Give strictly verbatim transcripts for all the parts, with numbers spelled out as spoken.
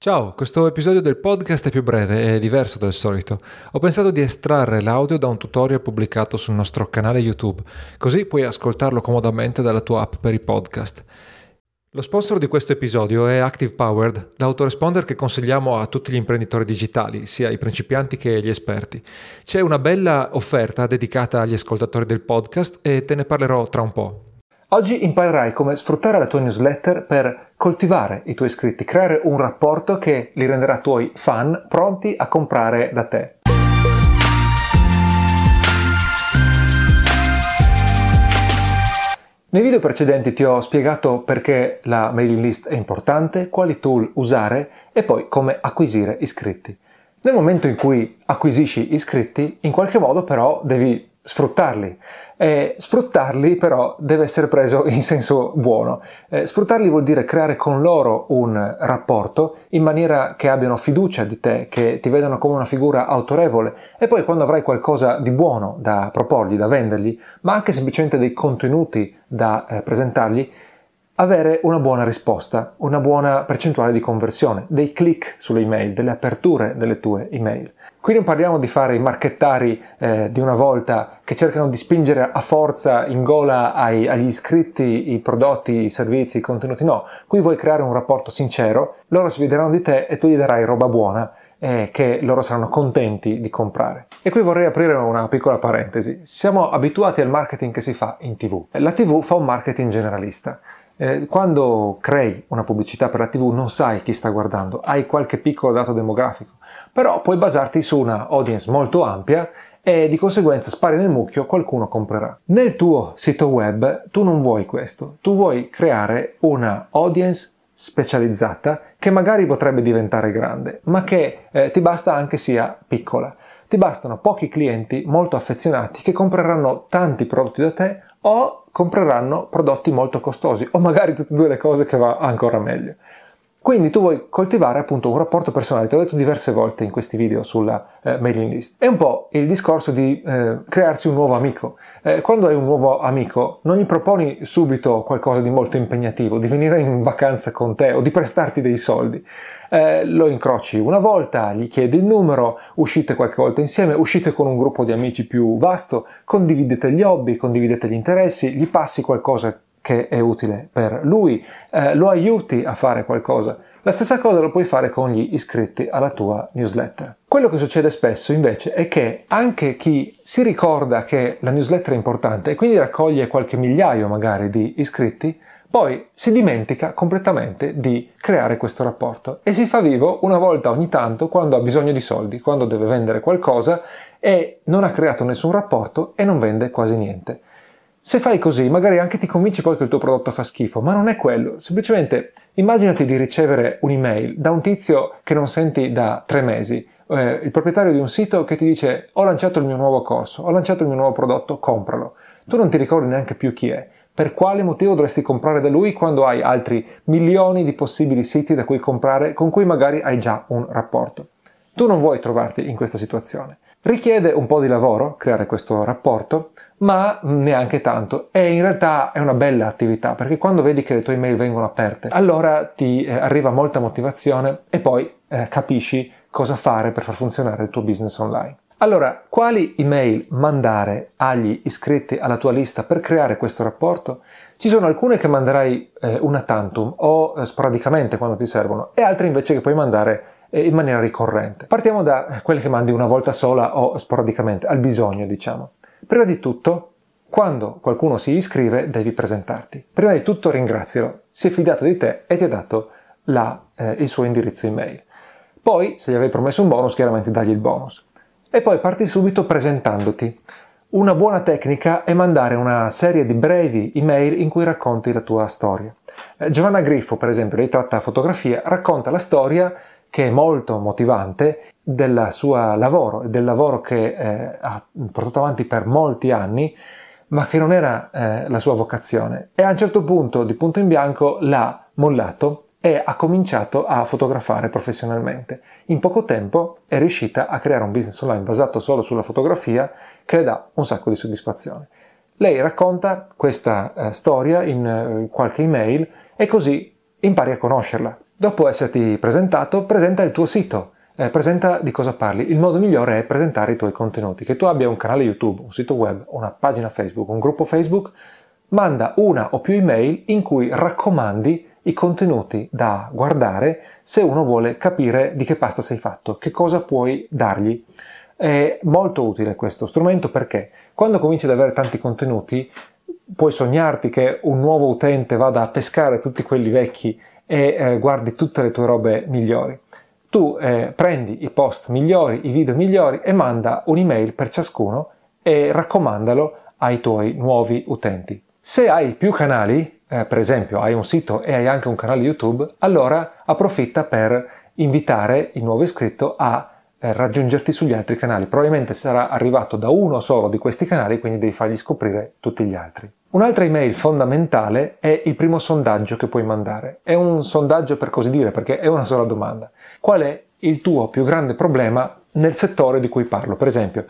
Ciao, questo episodio del podcast è più breve e diverso del solito. Ho pensato di estrarre l'audio da un tutorial pubblicato sul nostro canale YouTube, così puoi ascoltarlo comodamente dalla tua app per i podcast. Lo sponsor di questo episodio è Active Powered, l'autoresponder che consigliamo a tutti gli imprenditori digitali, sia i principianti che gli esperti. C'è una bella offerta dedicata agli ascoltatori del podcast e te ne parlerò tra un po'. Oggi imparerai come sfruttare la tua newsletter per coltivare i tuoi iscritti, creare un rapporto che li renderà tuoi fan pronti a comprare da te. Nei video precedenti ti ho spiegato perché la mailing list è importante, quali tool usare e poi come acquisire iscritti. Nel momento in cui acquisisci iscritti, in qualche modo però devi sfruttarli. E sfruttarli però deve essere preso in senso buono. Eh, sfruttarli vuol dire creare con loro un rapporto in maniera che abbiano fiducia di te, che ti vedano come una figura autorevole e poi quando avrai qualcosa di buono da proporgli, da vendergli, ma anche semplicemente dei contenuti da eh, presentargli, avere una buona risposta, una buona percentuale di conversione, dei click sulle email, delle aperture delle tue email. Qui non parliamo di fare i marchettari eh, di una volta che cercano di spingere a forza in gola ai, agli iscritti i prodotti, i servizi, i contenuti, no. Qui vuoi creare un rapporto sincero, loro si fideranno di te e tu gli darai roba buona eh, che loro saranno contenti di comprare. E qui vorrei aprire una piccola parentesi. Siamo abituati al marketing che si fa in tivù. La tivù fa un marketing generalista. Eh, quando crei una pubblicità per la tivù non sai chi sta guardando, hai qualche piccolo dato demografico. Però puoi basarti su una audience molto ampia e di conseguenza spari nel mucchio, qualcuno comprerà. Nel tuo sito web tu non vuoi questo, tu vuoi creare una audience specializzata che magari potrebbe diventare grande, ma che eh, ti basta anche sia piccola. Ti bastano pochi clienti molto affezionati che compreranno tanti prodotti da te o compreranno prodotti molto costosi o magari tutte e due le cose, che va ancora meglio. Quindi tu vuoi coltivare appunto un rapporto personale, te l'ho detto diverse volte in questi video sulla eh, mailing list. È un po' il discorso di eh, crearsi un nuovo amico. Eh, quando hai un nuovo amico non gli proponi subito qualcosa di molto impegnativo, di venire in vacanza con te o di prestarti dei soldi. Eh, lo incroci una volta, gli chiedi il numero, uscite qualche volta insieme, uscite con un gruppo di amici più vasto, condividete gli hobby, condividete gli interessi, gli passi qualcosa che è utile per lui, eh, lo aiuti a fare qualcosa. La stessa cosa lo puoi fare con gli iscritti alla tua newsletter. Quello che succede spesso invece è che anche chi si ricorda che la newsletter è importante e quindi raccoglie qualche migliaio magari di iscritti, poi si dimentica completamente di creare questo rapporto e si fa vivo una volta ogni tanto quando ha bisogno di soldi, quando deve vendere qualcosa e non ha creato nessun rapporto e non vende quasi niente. Se fai così, magari anche ti convinci poi che il tuo prodotto fa schifo, ma non è quello. Semplicemente immaginati di ricevere un'email da un tizio che non senti da tre mesi, eh, il proprietario di un sito che ti dice: ho lanciato il mio nuovo corso, ho lanciato il mio nuovo prodotto, compralo. Tu non ti ricordi neanche più chi è. Per quale motivo dovresti comprare da lui quando hai altri milioni di possibili siti da cui comprare, con cui magari hai già un rapporto? Tu non vuoi trovarti in questa situazione. Richiede un po' di lavoro creare questo rapporto, ma neanche tanto, e in realtà è una bella attività perché quando vedi che le tue email vengono aperte, allora ti eh, arriva molta motivazione e poi eh, capisci cosa fare per far funzionare il tuo business online. Allora, quali email mandare agli iscritti alla tua lista per creare questo rapporto? Ci sono alcune che manderai eh, una tantum o eh, sporadicamente quando ti servono e altre invece che puoi mandare eh, in maniera ricorrente. Partiamo da quelle che mandi una volta sola o sporadicamente, al bisogno diciamo. Prima di tutto, quando qualcuno si iscrive, devi presentarti. Prima di tutto ringrazialo, si è fidato di te e ti ha dato la, eh, il suo indirizzo email. Poi, se gli avevi promesso un bonus, chiaramente dagli il bonus. E poi parti subito presentandoti. Una buona tecnica è mandare una serie di brevi email in cui racconti la tua storia. Eh, Giovanna Griffo, per esempio, lei tratta fotografia, racconta la storia che è molto motivante del suo lavoro, del lavoro che eh, ha portato avanti per molti anni, ma che non era eh, la sua vocazione. E a un certo punto, di punto in bianco, l'ha mollato e ha cominciato a fotografare professionalmente. In poco tempo è riuscita a creare un business online basato solo sulla fotografia che le dà un sacco di soddisfazione. Lei racconta questa eh, storia in eh, qualche email e così impari a conoscerla. Dopo esserti presentato, presenta il tuo sito, eh, presenta di cosa parli. Il modo migliore è presentare i tuoi contenuti. Che tu abbia un canale YouTube, un sito web, una pagina Facebook, un gruppo Facebook, manda una o più email in cui raccomandi i contenuti da guardare se uno vuole capire di che pasta sei fatto, che cosa puoi dargli. È molto utile questo strumento perché quando cominci ad avere tanti contenuti puoi sognarti che un nuovo utente vada a pescare tutti quelli vecchi e eh, guardi tutte le tue robe migliori. Tu eh, prendi i post migliori, i video migliori e manda un'email per ciascuno e raccomandalo ai tuoi nuovi utenti. Se hai più canali, eh, per esempio hai un sito e hai anche un canale YouTube, allora approfitta per invitare il nuovo iscritto a eh, raggiungerti sugli altri canali. Probabilmente sarà arrivato da uno solo di questi canali, quindi devi fargli scoprire tutti gli altri. Un'altra email fondamentale è il primo sondaggio che puoi mandare. È un sondaggio per così dire, perché è una sola domanda. Qual è il tuo più grande problema nel settore di cui parlo? Per esempio,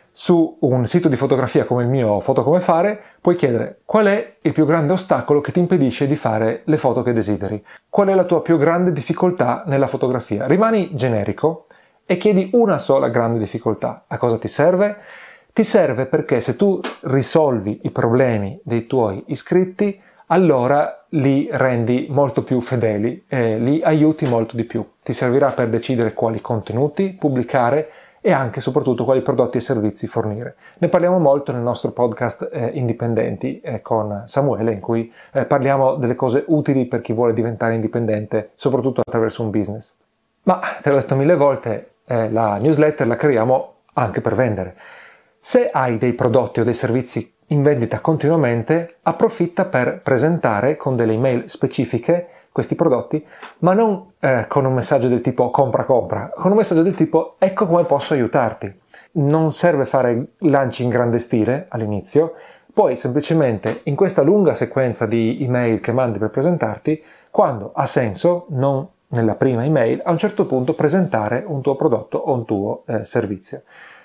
su un sito di fotografia come il mio Foto Come Fare, puoi chiedere qual è il più grande ostacolo che ti impedisce di fare le foto che desideri. Qual è la tua più grande difficoltà nella fotografia? Rimani generico e chiedi una sola grande difficoltà. A cosa ti serve? Ti serve perché se tu risolvi i problemi dei tuoi iscritti, allora li rendi molto più fedeli e li aiuti molto di più. Ti servirà per decidere quali contenuti pubblicare e anche e soprattutto quali prodotti e servizi fornire. Ne parliamo molto nel nostro podcast eh, Indipendenti eh, con Samuele, in cui eh, parliamo delle cose utili per chi vuole diventare indipendente, soprattutto attraverso un business. Ma, te l'ho detto mille volte, eh, la newsletter la creiamo anche per vendere. Se hai dei prodotti o dei servizi in vendita continuamente, approfitta per presentare con delle email specifiche questi prodotti, ma non eh, con un messaggio del tipo compra compra, con un messaggio del tipo ecco come posso aiutarti. Non serve fare lanci in grande stile all'inizio, poi semplicemente in questa lunga sequenza di email che mandi per presentarti, quando ha senso, non nella prima email, a un certo punto presentare un tuo prodotto o un tuo eh, servizio.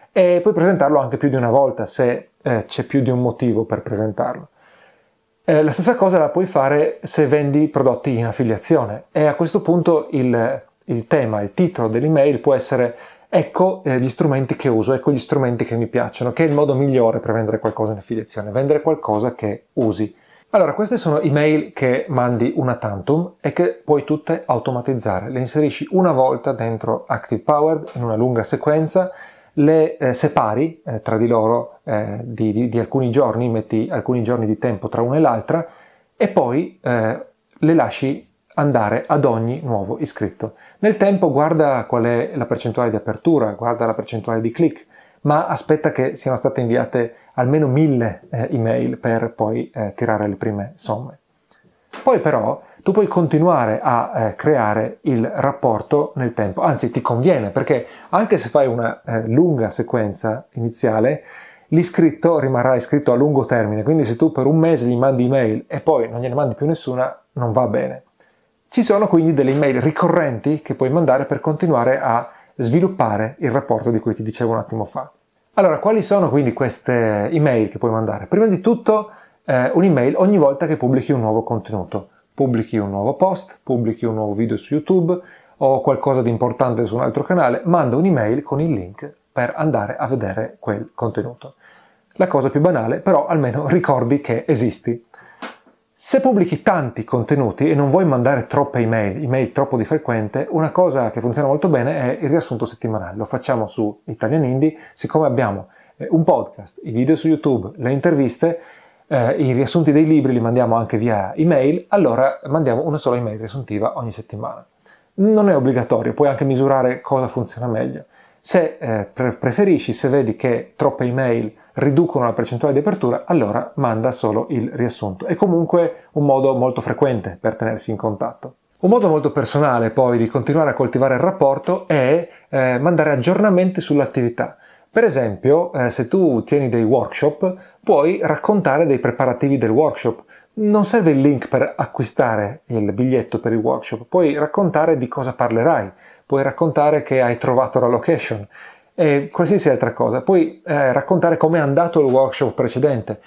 E puoi presentarlo anche più di una volta se eh, c'è più di un motivo per presentarlo. Eh, la stessa cosa la puoi fare se vendi prodotti in affiliazione e a questo punto il, il tema, il titolo dell'email può essere ecco eh, gli strumenti che uso, ecco gli strumenti che mi piacciono, che è il modo migliore per vendere qualcosa in affiliazione, vendere qualcosa che usi. Allora, queste sono email che mandi una tantum e che puoi tutte automatizzare. Le inserisci una volta dentro Active Powered in una lunga sequenza, le eh, separi eh, tra di loro eh, di, di, di alcuni giorni, metti alcuni giorni di tempo tra una e l'altra e poi eh, le lasci andare ad ogni nuovo iscritto. Nel tempo guarda qual è la percentuale di apertura, guarda la percentuale di click, ma aspetta che siano state inviate almeno mille eh, email per poi eh, tirare le prime somme. Poi però tu puoi continuare a eh, creare il rapporto nel tempo, anzi ti conviene perché anche se fai una eh, lunga sequenza iniziale, l'iscritto rimarrà iscritto a lungo termine, quindi se tu per un mese gli mandi email e poi non gliene mandi più nessuna, non va bene. Ci sono quindi delle email ricorrenti che puoi mandare per continuare a sviluppare il rapporto di cui ti dicevo un attimo fa. Allora, quali sono quindi queste email che puoi mandare? Prima di tutto eh, un'email ogni volta che pubblichi un nuovo contenuto. Pubblichi un nuovo post, pubblichi un nuovo video su YouTube o qualcosa di importante su un altro canale, manda un'email con il link per andare a vedere quel contenuto. La cosa più banale, però almeno ricordi che esisti. Se pubblichi tanti contenuti e non vuoi mandare troppe email, email troppo di frequente, una cosa che funziona molto bene è il riassunto settimanale. Lo facciamo su Italian Indie, siccome abbiamo eh, un podcast, i video su YouTube, le interviste, eh, i riassunti dei libri li mandiamo anche via email, allora mandiamo una sola email riassuntiva ogni settimana. Non è obbligatorio, puoi anche misurare cosa funziona meglio. Se eh, pre- preferisci, se vedi che troppe email riducono la percentuale di apertura, allora manda solo il riassunto. È comunque un modo molto frequente per tenersi in contatto. Un modo molto personale poi di continuare a coltivare il rapporto è eh, mandare aggiornamenti sull'attività. Per esempio, eh, se tu tieni dei workshop, puoi raccontare dei preparativi del workshop. Non serve il link per acquistare il biglietto per il workshop, puoi raccontare di cosa parlerai, puoi raccontare che hai trovato la location e qualsiasi altra cosa. Puoi eh, raccontare come è andato il workshop precedente.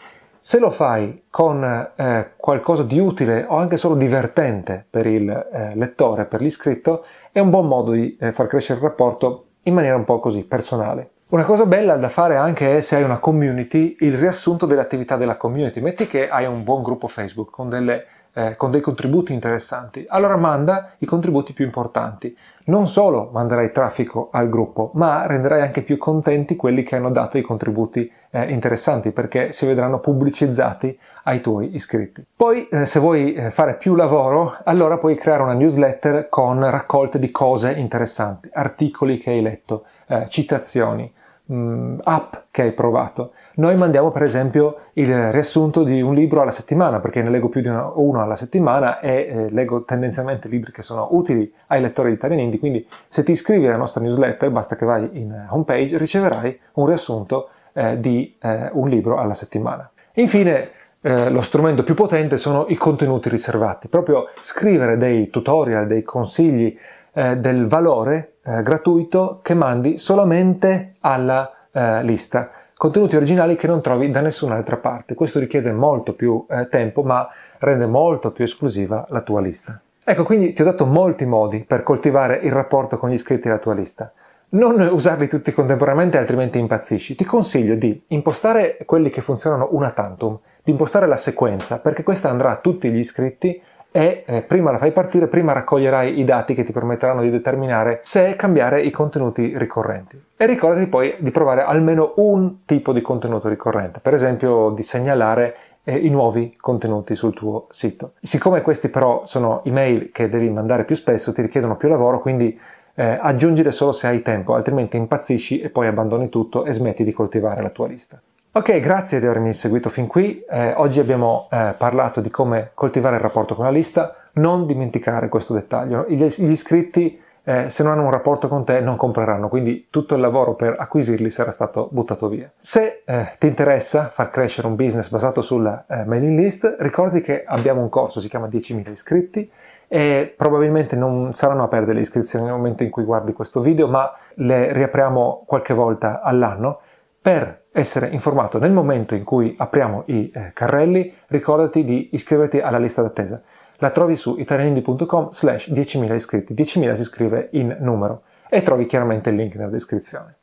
Se lo fai con eh, qualcosa di utile o anche solo divertente per il eh, lettore, per l'iscritto, è un buon modo di eh, far crescere il rapporto in maniera un po' così personale. Una cosa bella da fare anche è, se hai una community, il riassunto delle attività della community. Metti che hai un buon gruppo Facebook con, delle, eh, con dei contributi interessanti, allora manda i contributi più importanti. Non solo manderai traffico al gruppo, ma renderai anche più contenti quelli che hanno dato i contributi eh, interessanti, perché si vedranno pubblicizzati ai tuoi iscritti. Poi, eh, se vuoi eh, fare più lavoro, allora puoi creare una newsletter con raccolte di cose interessanti, articoli che hai letto, eh, citazioni, mh, app che hai provato. Noi mandiamo per esempio il riassunto di un libro alla settimana, perché ne leggo più di uno, uno alla settimana e eh, leggo tendenzialmente libri che sono utili ai lettori di Italian Indie, quindi se ti iscrivi alla nostra newsletter, basta che vai in homepage, riceverai un riassunto eh, di eh, un libro alla settimana. Infine, eh, lo strumento più potente sono i contenuti riservati, proprio scrivere dei tutorial, dei consigli, eh, del valore eh, gratuito che mandi solamente alla eh, lista. Contenuti originali che non trovi da nessun'altra parte. Questo richiede molto più eh, tempo, ma rende molto più esclusiva la tua lista. Ecco, quindi ti ho dato molti modi per coltivare il rapporto con gli iscritti alla tua lista. Non usarli tutti contemporaneamente, altrimenti impazzisci. Ti consiglio di impostare quelli che funzionano una tantum, di impostare la sequenza, perché questa andrà a tutti gli iscritti e eh, prima la fai partire, prima raccoglierai i dati che ti permetteranno di determinare se cambiare i contenuti ricorrenti. E ricordati poi di provare almeno un tipo di contenuto ricorrente, per esempio di segnalare eh, i nuovi contenuti sul tuo sito. Siccome questi però sono email che devi mandare più spesso, ti richiedono più lavoro, quindi eh, aggiungile solo se hai tempo, altrimenti impazzisci e poi abbandoni tutto e smetti di coltivare la tua lista. Ok, grazie di avermi seguito fin qui. Eh, oggi abbiamo eh, parlato di come coltivare il rapporto con la lista. Non dimenticare questo dettaglio. Gli, gli iscritti, eh, se non hanno un rapporto con te, non compreranno, quindi tutto il lavoro per acquisirli sarà stato buttato via. Se eh, ti interessa far crescere un business basato sulla eh, mailing list, ricordi che abbiamo un corso, si chiama diecimila iscritti, e probabilmente non saranno aperte le iscrizioni nel momento in cui guardi questo video, ma le riapriamo qualche volta all'anno. Per essere informato nel momento in cui apriamo i eh, carrelli, ricordati di iscriverti alla lista d'attesa. La trovi su italianindie punto com slash diecimila iscritti. diecimila si scrive in numero e trovi chiaramente il link nella descrizione.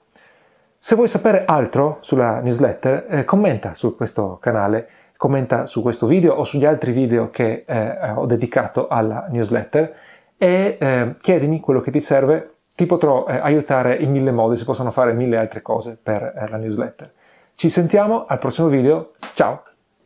Se vuoi sapere altro sulla newsletter, eh, commenta su questo canale, commenta su questo video o sugli altri video che eh, ho dedicato alla newsletter e eh, chiedimi quello che ti serve. Ti potrò eh, aiutare in mille modi, si possono fare mille altre cose per eh, la newsletter. Ci sentiamo al prossimo video, ciao!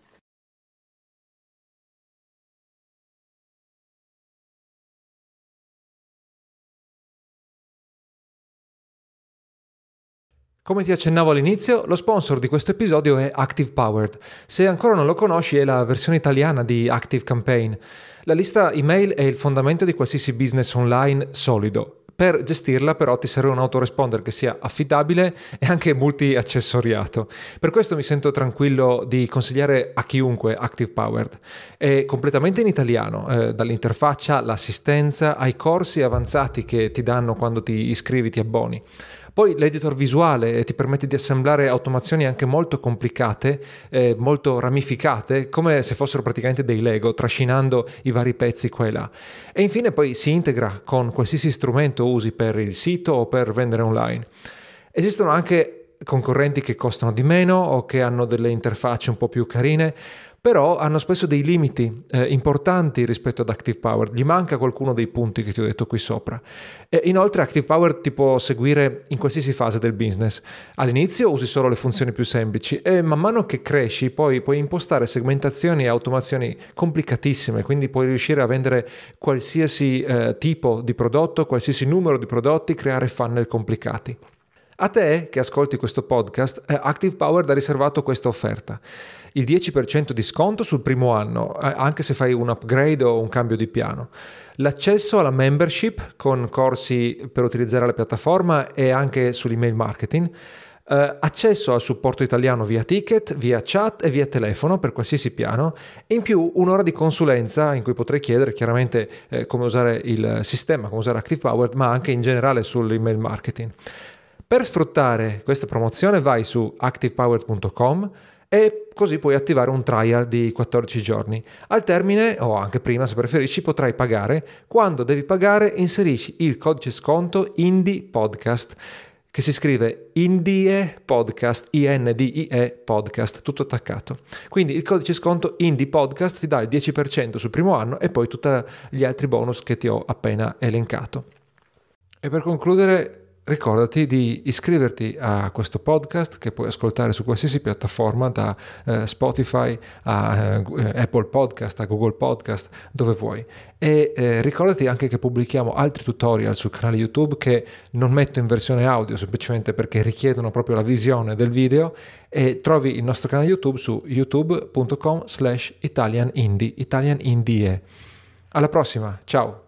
Come ti accennavo all'inizio, lo sponsor di questo episodio è Active Powered. Se ancora non lo conosci, è la versione italiana di Active Campaign. La lista email è il fondamento di qualsiasi business online solido. Per gestirla però ti serve un autoresponder che sia affidabile e anche multi-accessoriato. Per questo mi sento tranquillo di consigliare a chiunque Active Powered. È completamente in italiano, eh, dall'interfaccia, l'assistenza, ai corsi avanzati che ti danno quando ti iscrivi, ti abboni. Poi l'editor visuale ti permette di assemblare automazioni anche molto complicate, eh, molto ramificate, come se fossero praticamente dei Lego, trascinando i vari pezzi qua e là. E infine poi si integra con qualsiasi strumento usi per il sito o per vendere online. Esistono anche concorrenti che costano di meno o che hanno delle interfacce un po' più carine, però hanno spesso dei limiti eh, importanti rispetto ad Active Powered. Gli manca qualcuno dei punti che ti ho detto qui sopra. E inoltre Active Powered ti può seguire in qualsiasi fase del business. All'inizio usi solo le funzioni più semplici e man mano che cresci poi puoi impostare segmentazioni e automazioni complicatissime, quindi puoi riuscire a vendere qualsiasi eh, tipo di prodotto, qualsiasi numero di prodotti, creare funnel complicati. A te che ascolti questo podcast, Active Powered ha riservato questa offerta. Il dieci per cento di sconto sul primo anno, anche se fai un upgrade o un cambio di piano. L'accesso alla membership con corsi per utilizzare la piattaforma e anche sull'email marketing. Uh, accesso al supporto italiano via ticket, via chat e via telefono per qualsiasi piano, e in più un'ora di consulenza in cui potrai chiedere chiaramente eh, come usare il sistema, come usare Active Powered, ma anche in generale sull'email marketing. Per sfruttare questa promozione vai su active powered punto com e così puoi attivare un trial di quattordici giorni. Al termine, o anche prima se preferisci, potrai pagare. Quando devi pagare inserisci il codice sconto IndiePodcast, che si scrive Indie Podcast, I N D I E Podcast, tutto attaccato. Quindi il codice sconto Indie Podcast ti dà il dieci per cento sul primo anno e poi tutti gli altri bonus che ti ho appena elencato. E per concludere, ricordati di iscriverti a questo podcast che puoi ascoltare su qualsiasi piattaforma, da eh, Spotify a eh, Apple Podcast, a Google Podcast, dove vuoi. E eh, ricordati anche che pubblichiamo altri tutorial sul canale YouTube che non metto in versione audio semplicemente perché richiedono proprio la visione del video, e trovi il nostro canale YouTube su youtube punto com slash italian indie, Italian Indie. Alla prossima, ciao!